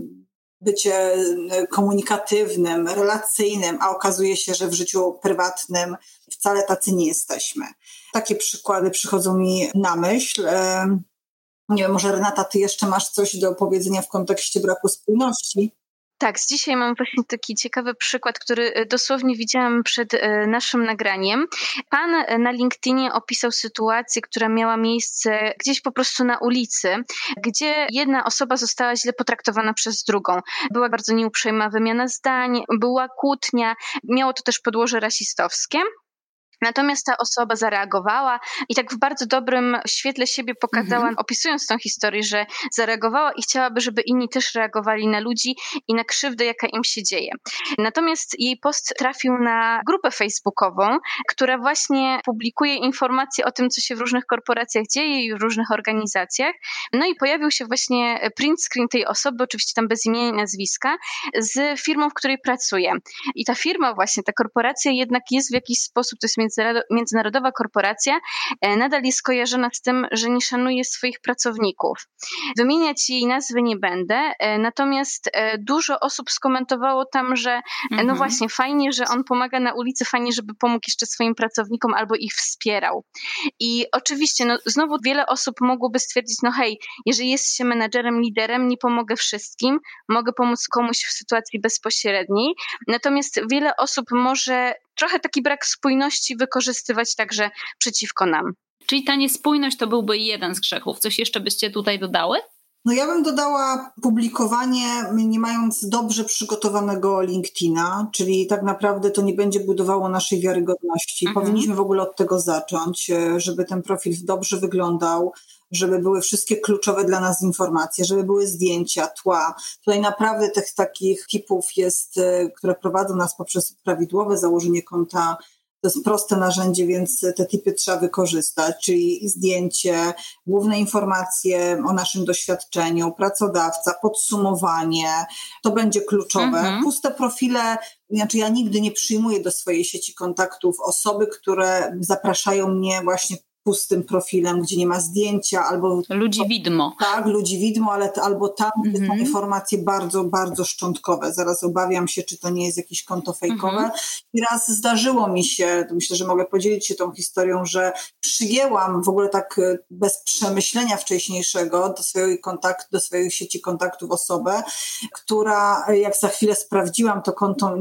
bycie komunikatywnym, relacyjnym, a okazuje się, że w życiu prywatnym wcale tacy nie jesteśmy. Takie przykłady przychodzą mi na myśl. Nie wiem, może Renata, ty jeszcze masz coś do powiedzenia w kontekście braku spójności? Tak, z dzisiaj mam właśnie taki ciekawy przykład, który dosłownie widziałam przed naszym nagraniem. Pan na LinkedInie opisał sytuację, która miała miejsce gdzieś po prostu na ulicy, gdzie jedna osoba została źle potraktowana przez drugą. Była bardzo nieuprzejma wymiana zdań, była kłótnia, miało to też podłoże rasistowskie. Natomiast ta osoba zareagowała i tak w bardzo dobrym świetle siebie pokazała, opisując tą historię, że zareagowała i chciałaby, żeby inni też reagowali na ludzi i na krzywdę, jaka im się dzieje. Natomiast jej post trafił na grupę facebookową, która właśnie publikuje informacje o tym, co się w różnych korporacjach dzieje i w różnych organizacjach. No i pojawił się właśnie print screen tej osoby, oczywiście tam bez imienia i nazwiska, z firmą, w której pracuje. I ta firma właśnie, ta korporacja jednak jest w jakiś sposób, to jest międzynarodowa korporacja, nadal jest kojarzona z tym, że nie szanuje swoich pracowników. Wymieniać jej nazwy nie będę, natomiast dużo osób skomentowało tam, że no właśnie, fajnie, że on pomaga na ulicy, fajnie, żeby pomógł jeszcze swoim pracownikom albo ich wspierał. I oczywiście, no znowu wiele osób mogłoby stwierdzić, no hej, jeżeli jest się menadżerem, liderem, nie pomogę wszystkim, mogę pomóc komuś w sytuacji bezpośredniej, natomiast wiele osób może trochę taki brak spójności wykorzystywać także przeciwko nam. Czyli ta niespójność to byłby jeden z grzechów. Coś jeszcze byście tutaj dodały? No ja bym dodała publikowanie nie mając dobrze przygotowanego LinkedIna, czyli tak naprawdę to nie będzie budowało naszej wiarygodności. Powinniśmy w ogóle od tego zacząć, żeby ten profil dobrze wyglądał, żeby były wszystkie kluczowe dla nas informacje, żeby były zdjęcia, tła. Tutaj naprawdę tych takich tipów jest, które prowadzą nas poprzez prawidłowe założenie konta. To jest proste narzędzie, więc te tipy trzeba wykorzystać, czyli zdjęcie, główne informacje o naszym doświadczeniu, pracodawca, podsumowanie, to będzie kluczowe. Puste profile, znaczy ja nigdy nie przyjmuję do swojej sieci kontaktów osoby, które zapraszają mnie właśnie pustym profilem, gdzie nie ma zdjęcia, albo... Ludzi widmo. Tak, ludzi widmo, ale albo tam są informacje bardzo, bardzo szczątkowe. Zaraz obawiam się, czy to nie jest jakieś konto fejkowe. I raz zdarzyło mi się, to myślę, że mogę podzielić się tą historią, że przyjęłam w ogóle tak bez przemyślenia wcześniejszego do swojej sieci kontaktów osobę, która jak za chwilę sprawdziłam, to konto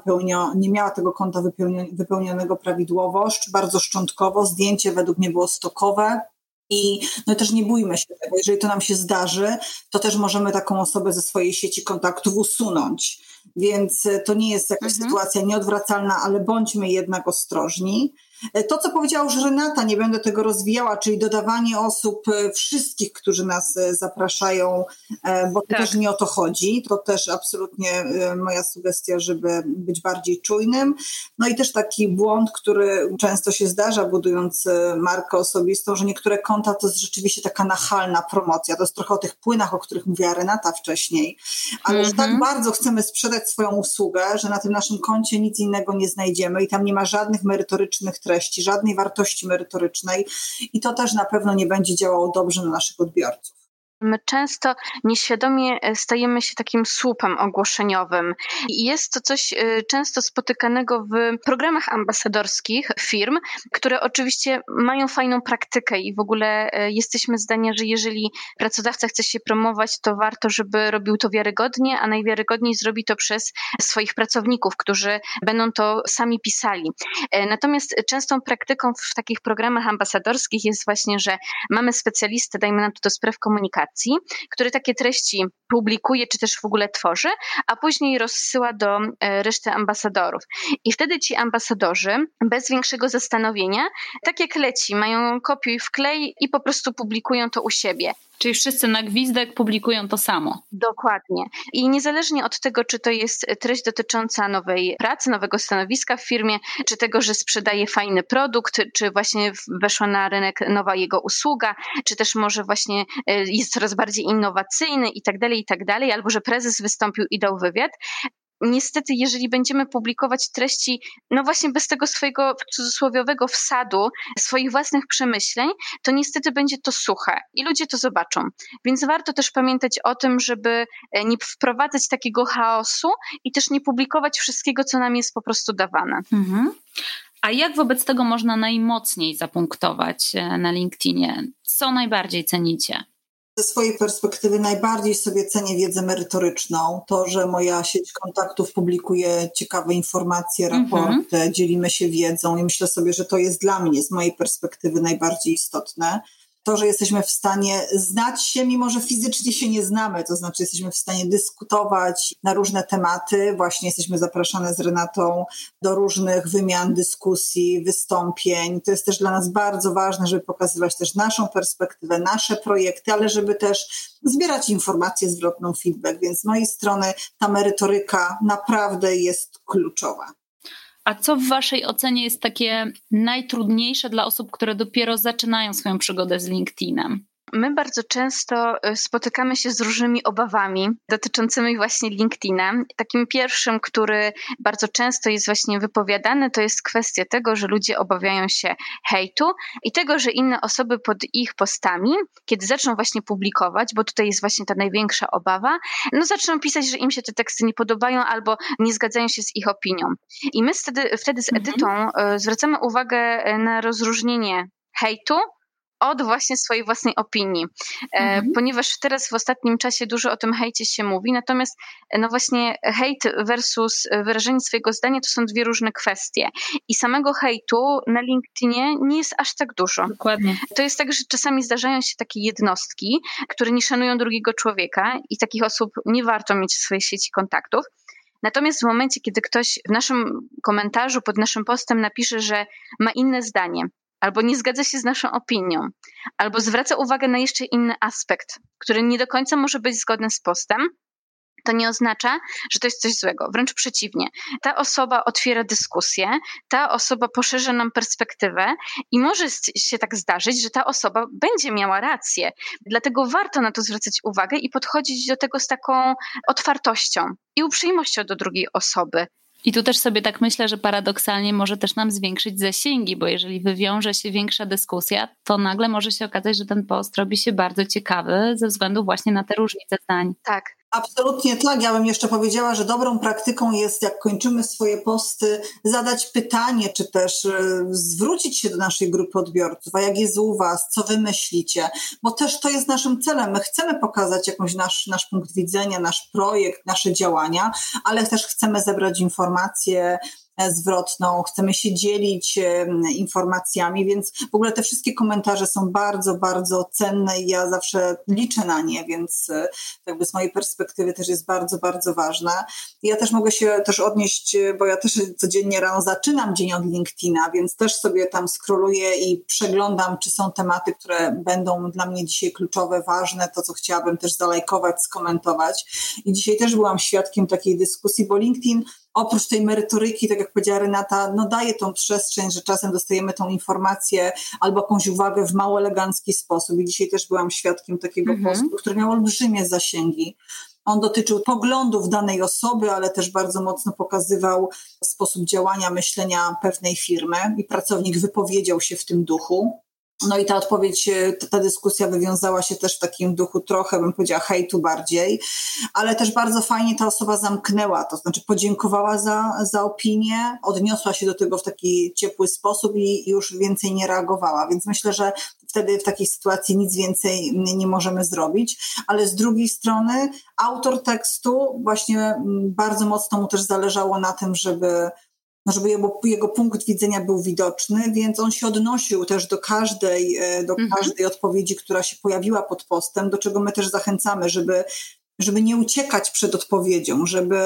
nie miała tego konta wypełnionego prawidłowo, bardzo szczątkowo, zdjęcie według mnie było stokowe. I no też nie bójmy się tego, jeżeli to nam się zdarzy, to też możemy taką osobę ze swojej sieci kontaktów usunąć. Więc to nie jest jakaś sytuacja nieodwracalna, ale bądźmy jednak ostrożni. To, co powiedziała już Renata, nie będę tego rozwijała, czyli dodawanie osób wszystkich, którzy nas zapraszają, bo to też nie o to chodzi. To też absolutnie moja sugestia, żeby być bardziej czujnym. No i też taki błąd, który często się zdarza, budując markę osobistą, że niektóre konta to jest rzeczywiście taka nachalna promocja. To jest trochę o tych płynach, o których mówiła Renata wcześniej. Ale że tak bardzo chcemy sprzedać swoją usługę, że na tym naszym koncie nic innego nie znajdziemy i tam nie ma żadnych merytorycznych treści, żadnej wartości merytorycznej i to też na pewno nie będzie działało dobrze na naszych odbiorców. My często nieświadomie stajemy się takim słupem ogłoszeniowym i jest to coś często spotykanego w programach ambasadorskich firm, które oczywiście mają fajną praktykę i w ogóle jesteśmy zdania, że jeżeli pracodawca chce się promować, to warto, żeby robił to wiarygodnie, a najwiarygodniej zrobi to przez swoich pracowników, którzy będą to sami pisali. Natomiast częstą praktyką w takich programach ambasadorskich jest właśnie, że mamy specjalistę, dajmy na to do spraw komunikacji, rekrutacji, który takie treści publikuje, czy też w ogóle tworzy, a później rozsyła do reszty ambasadorów. I wtedy ci ambasadorzy bez większego zastanowienia, tak jak leci, mają kopiuj wklej i po prostu publikują to u siebie. Czyli wszyscy na gwizdek publikują to samo. Dokładnie. I niezależnie od tego, czy to jest treść dotycząca nowej pracy, nowego stanowiska w firmie, czy tego, że sprzedaje fajny produkt, czy właśnie weszła na rynek nowa jego usługa, czy też może właśnie jest coraz bardziej innowacyjny i tak dalej, albo że prezes wystąpił i dał wywiad. Niestety, jeżeli będziemy publikować treści, no właśnie bez tego swojego cudzysłowiowego wsadu, swoich własnych przemyśleń, to niestety będzie to suche i ludzie to zobaczą. Więc warto też pamiętać o tym, żeby nie wprowadzać takiego chaosu i też nie publikować wszystkiego, co nam jest po prostu dawane. Mhm. A jak wobec tego można najmocniej zapunktować na LinkedInie? Co najbardziej cenicie? Ze swojej perspektywy najbardziej sobie cenię wiedzę merytoryczną. To, że moja sieć kontaktów publikuje ciekawe informacje, raporty, dzielimy się wiedzą i myślę sobie, że to jest dla mnie, z mojej perspektywy najbardziej istotne. To, że jesteśmy w stanie znać się, mimo że fizycznie się nie znamy, to znaczy jesteśmy w stanie dyskutować na różne tematy. Właśnie jesteśmy zapraszane z Renatą do różnych wymian, dyskusji, wystąpień. To jest też dla nas bardzo ważne, żeby pokazywać też naszą perspektywę, nasze projekty, ale żeby też zbierać informacje, zwrotną feedback. Więc z mojej strony ta merytoryka naprawdę jest kluczowa. A co w waszej ocenie jest takie najtrudniejsze dla osób, które dopiero zaczynają swoją przygodę z LinkedInem? My bardzo często spotykamy się z różnymi obawami dotyczącymi właśnie LinkedIna. Takim pierwszym, który bardzo często jest właśnie wypowiadany, to jest kwestia tego, że ludzie obawiają się hejtu i tego, że inne osoby pod ich postami, kiedy zaczną właśnie publikować, bo tutaj jest właśnie ta największa obawa, no zaczną pisać, że im się te teksty nie podobają albo nie zgadzają się z ich opinią. I my wtedy z Edytą zwracamy uwagę na rozróżnienie hejtu od właśnie swojej własnej opinii, ponieważ teraz w ostatnim czasie dużo o tym hejcie się mówi, natomiast no właśnie hejt versus wyrażenie swojego zdania to są dwie różne kwestie i samego hejtu na LinkedInie nie jest aż tak dużo. Dokładnie. To jest tak, że czasami zdarzają się takie jednostki, które nie szanują drugiego człowieka i takich osób nie warto mieć w swojej sieci kontaktów. Natomiast w momencie, kiedy ktoś w naszym komentarzu pod naszym postem napisze, że ma inne zdanie, albo nie zgadza się z naszą opinią, albo zwraca uwagę na jeszcze inny aspekt, który nie do końca może być zgodny z postem, to nie oznacza, że to jest coś złego. Wręcz przeciwnie. Ta osoba otwiera dyskusję, ta osoba poszerza nam perspektywę i może się tak zdarzyć, że ta osoba będzie miała rację. Dlatego warto na to zwracać uwagę i podchodzić do tego z taką otwartością i uprzejmością do drugiej osoby. I tu też sobie tak myślę, że paradoksalnie może też nam zwiększyć zasięgi, bo jeżeli wywiąże się większa dyskusja, to nagle może się okazać, że ten post robi się bardzo ciekawy ze względu właśnie na te różnice zdań. Tak. Absolutnie tak. Ja bym jeszcze powiedziała, że dobrą praktyką jest, jak kończymy swoje posty, zadać pytanie, czy też zwrócić się do naszej grupy odbiorców, a jak jest u was, co wy myślicie, bo też to jest naszym celem. My chcemy pokazać jakąś nasz punkt widzenia, nasz projekt, nasze działania, ale też chcemy zebrać informacje zwrotną, chcemy się dzielić informacjami, więc w ogóle te wszystkie komentarze są bardzo, bardzo cenne i ja zawsze liczę na nie, więc jakby z mojej perspektywy też jest bardzo, bardzo ważne. Ja też mogę się też odnieść, bo ja też codziennie rano zaczynam dzień od LinkedIna, więc też sobie tam scrolluję i przeglądam, czy są tematy, które będą dla mnie dzisiaj kluczowe, ważne, to co chciałabym też zalajkować, skomentować. I dzisiaj też byłam świadkiem takiej dyskusji, bo LinkedIn oprócz tej merytoryki, tak jak powiedziała Renata, no daje tą przestrzeń, że czasem dostajemy tą informację albo jakąś uwagę w mało elegancki sposób. I dzisiaj też byłam świadkiem takiego postu, który miał olbrzymie zasięgi. On dotyczył poglądów danej osoby, ale też bardzo mocno pokazywał sposób działania, myślenia pewnej firmy i pracownik wypowiedział się w tym duchu. No i ta odpowiedź, ta dyskusja wywiązała się też w takim duchu trochę, bym powiedziała, hejtu bardziej, ale też bardzo fajnie ta osoba zamknęła, to znaczy podziękowała za opinię, odniosła się do tego w taki ciepły sposób i już więcej nie reagowała, więc myślę, że wtedy w takiej sytuacji nic więcej nie możemy zrobić, ale z drugiej strony autor tekstu właśnie bardzo mocno mu też zależało na tym, żeby żeby jego punkt widzenia był widoczny, więc on się odnosił też do każdej odpowiedzi, która się pojawiła pod postem, do czego my też zachęcamy, żeby nie uciekać przed odpowiedzią, żeby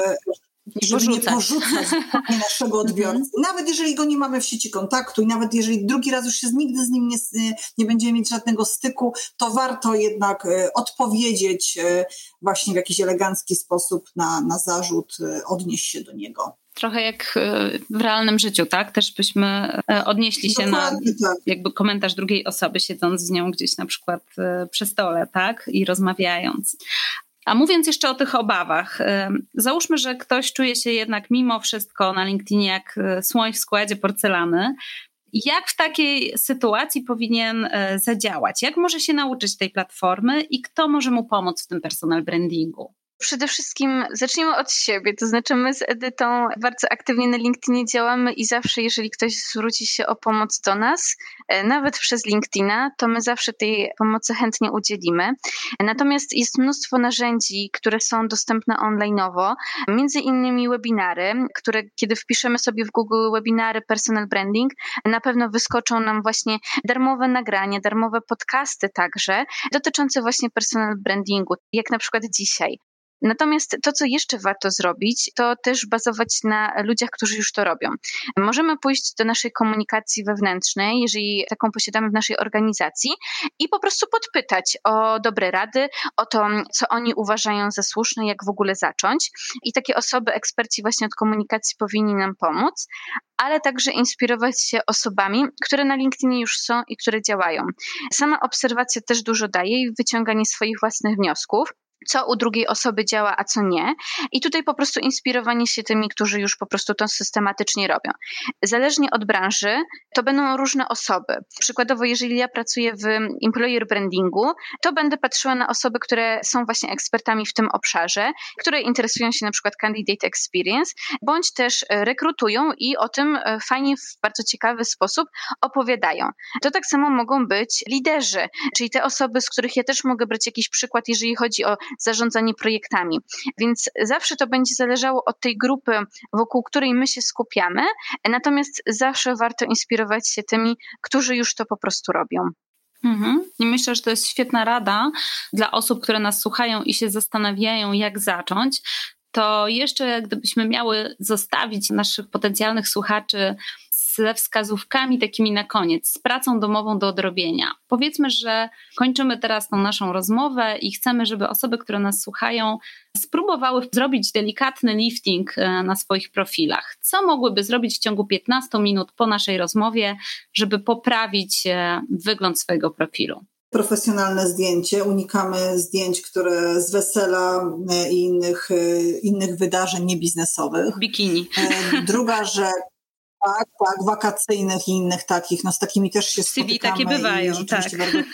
nie porzucać naszego odbiorcy. Nawet jeżeli go nie mamy w sieci kontaktu i nawet jeżeli drugi raz już się nigdy z nim nie będziemy mieć żadnego styku, to warto jednak odpowiedzieć właśnie w jakiś elegancki sposób na zarzut, odnieść się do niego. Trochę jak w realnym życiu, tak? Też byśmy odnieśli się jakby komentarz drugiej osoby, siedząc z nią gdzieś na przykład przy stole, tak? I rozmawiając. A mówiąc jeszcze o tych obawach, załóżmy, że ktoś czuje się jednak mimo wszystko na LinkedInie jak słoń w składzie porcelany. Jak w takiej sytuacji powinien zadziałać? Jak może się nauczyć tej platformy i kto może mu pomóc w tym personal brandingu? Przede wszystkim zacznijmy od siebie, to znaczy my z Edytą bardzo aktywnie na LinkedInie działamy i zawsze, jeżeli ktoś zwróci się o pomoc do nas, nawet przez LinkedIna, to my zawsze tej pomocy chętnie udzielimy. Natomiast jest mnóstwo narzędzi, które są dostępne online'owo, między innymi webinary, które kiedy wpiszemy sobie w Google webinary personal branding, na pewno wyskoczą nam właśnie darmowe nagrania, darmowe podcasty także, dotyczące właśnie personal brandingu, jak na przykład dzisiaj. Natomiast to, co jeszcze warto zrobić, to też bazować na ludziach, którzy już to robią. Możemy pójść do naszej komunikacji wewnętrznej, jeżeli taką posiadamy w naszej organizacji i po prostu podpytać o dobre rady, o to, co oni uważają za słuszne, jak w ogóle zacząć. I takie osoby, eksperci właśnie od komunikacji powinni nam pomóc, ale także inspirować się osobami, które na LinkedInie już są i które działają. Sama obserwacja też dużo daje i wyciąganie swoich własnych wniosków, co u drugiej osoby działa, a co nie. I tutaj po prostu inspirowanie się tymi, którzy już po prostu to systematycznie robią. Zależnie od branży, to będą różne osoby. Przykładowo, jeżeli ja pracuję w employer brandingu, to będę patrzyła na osoby, które są właśnie ekspertami w tym obszarze, które interesują się na przykład candidate experience, bądź też rekrutują i o tym fajnie, w bardzo ciekawy sposób opowiadają. To tak samo mogą być liderzy, czyli te osoby, z których ja też mogę brać jakiś przykład, jeżeli chodzi o zarządzanie projektami. Więc zawsze to będzie zależało od tej grupy, wokół której my się skupiamy, natomiast zawsze warto inspirować się tymi, którzy już to po prostu robią. I myślę, że to jest świetna rada dla osób, które nas słuchają i się zastanawiają, jak zacząć. To jeszcze gdybyśmy miały zostawić naszych potencjalnych słuchaczy ze wskazówkami takimi na koniec, z pracą domową do odrobienia. Powiedzmy, że kończymy teraz tą naszą rozmowę i chcemy, żeby osoby, które nas słuchają, spróbowały zrobić delikatny lifting na swoich profilach. Co mogłyby zrobić w ciągu 15 minut po naszej rozmowie, żeby poprawić wygląd swojego profilu? Profesjonalne zdjęcie. Unikamy zdjęć, które z wesela i innych wydarzeń niebiznesowych. Bikini. Druga rzecz, tak, wakacyjnych i innych takich, z takimi też się spotykamy. CV takie bywają, tak.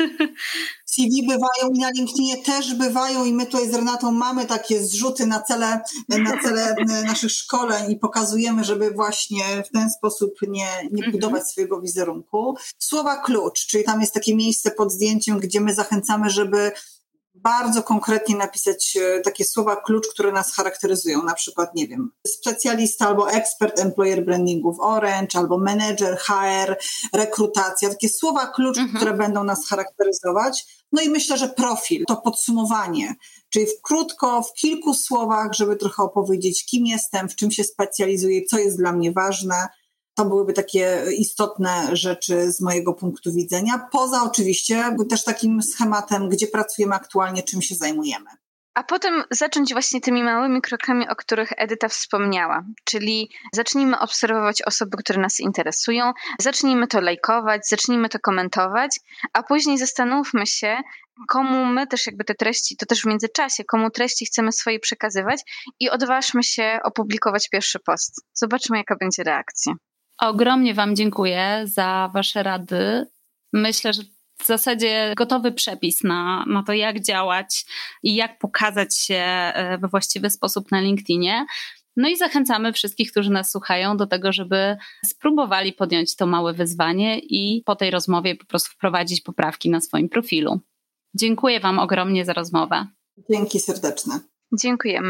CV bywają i na LinkedInie też bywają i my tutaj z Renatą mamy takie zrzuty na cele naszych szkoleń i pokazujemy, żeby właśnie w ten sposób nie budować swojego wizerunku. Słowa klucz, czyli tam jest takie miejsce pod zdjęciem, gdzie my zachęcamy, żeby bardzo konkretnie napisać takie słowa klucz, które nas charakteryzują. Na przykład, nie wiem, specjalista albo ekspert employer brandingu w Orange, albo menedżer, HR, rekrutacja. Takie słowa klucz, które będą nas charakteryzować. No i myślę, że profil, to podsumowanie, czyli krótko, w kilku słowach, żeby trochę opowiedzieć, kim jestem, w czym się specjalizuję, co jest dla mnie ważne. To byłyby takie istotne rzeczy z mojego punktu widzenia. Poza oczywiście też takim schematem, gdzie pracujemy aktualnie, czym się zajmujemy. A potem zacząć właśnie tymi małymi krokami, o których Edyta wspomniała. Czyli zacznijmy obserwować osoby, które nas interesują, zacznijmy to lajkować, zacznijmy to komentować, a później zastanówmy się, komu my też jakby te treści, to też w międzyczasie, komu treści chcemy swoje przekazywać i odważmy się opublikować pierwszy post. Zobaczmy, jaka będzie reakcja. Ogromnie Wam dziękuję za Wasze rady. Myślę, że w zasadzie gotowy przepis na to, jak działać i jak pokazać się we właściwy sposób na LinkedInie. No i zachęcamy wszystkich, którzy nas słuchają, do tego, żeby spróbowali podjąć to małe wyzwanie i po tej rozmowie po prostu wprowadzić poprawki na swoim profilu. Dziękuję Wam ogromnie za rozmowę. Dzięki serdeczne. Dziękujemy.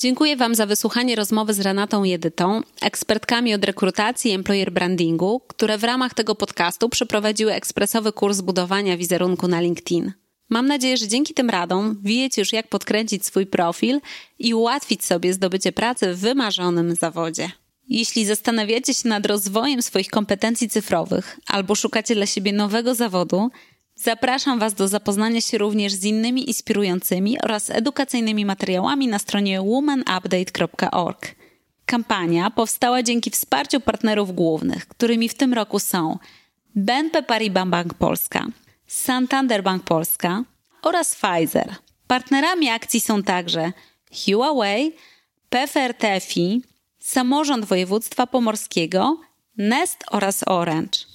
Dziękuję Wam za wysłuchanie rozmowy z Renatą i Edytą, ekspertkami od rekrutacji i employer brandingu, które w ramach tego podcastu przeprowadziły ekspresowy kurs budowania wizerunku na LinkedIn. Mam nadzieję, że dzięki tym radom wiecie już, jak podkręcić swój profil i ułatwić sobie zdobycie pracy w wymarzonym zawodzie. Jeśli zastanawiacie się nad rozwojem swoich kompetencji cyfrowych albo szukacie dla siebie nowego zawodu, zapraszam Was do zapoznania się również z innymi inspirującymi oraz edukacyjnymi materiałami na stronie womanupdate.org. Kampania powstała dzięki wsparciu partnerów głównych, którymi w tym roku są BNP Paribas Bank Polska, Santander Bank Polska oraz Pfizer. Partnerami akcji są także Huawei, PFR TFI, Samorząd Województwa Pomorskiego, Nest oraz Orange.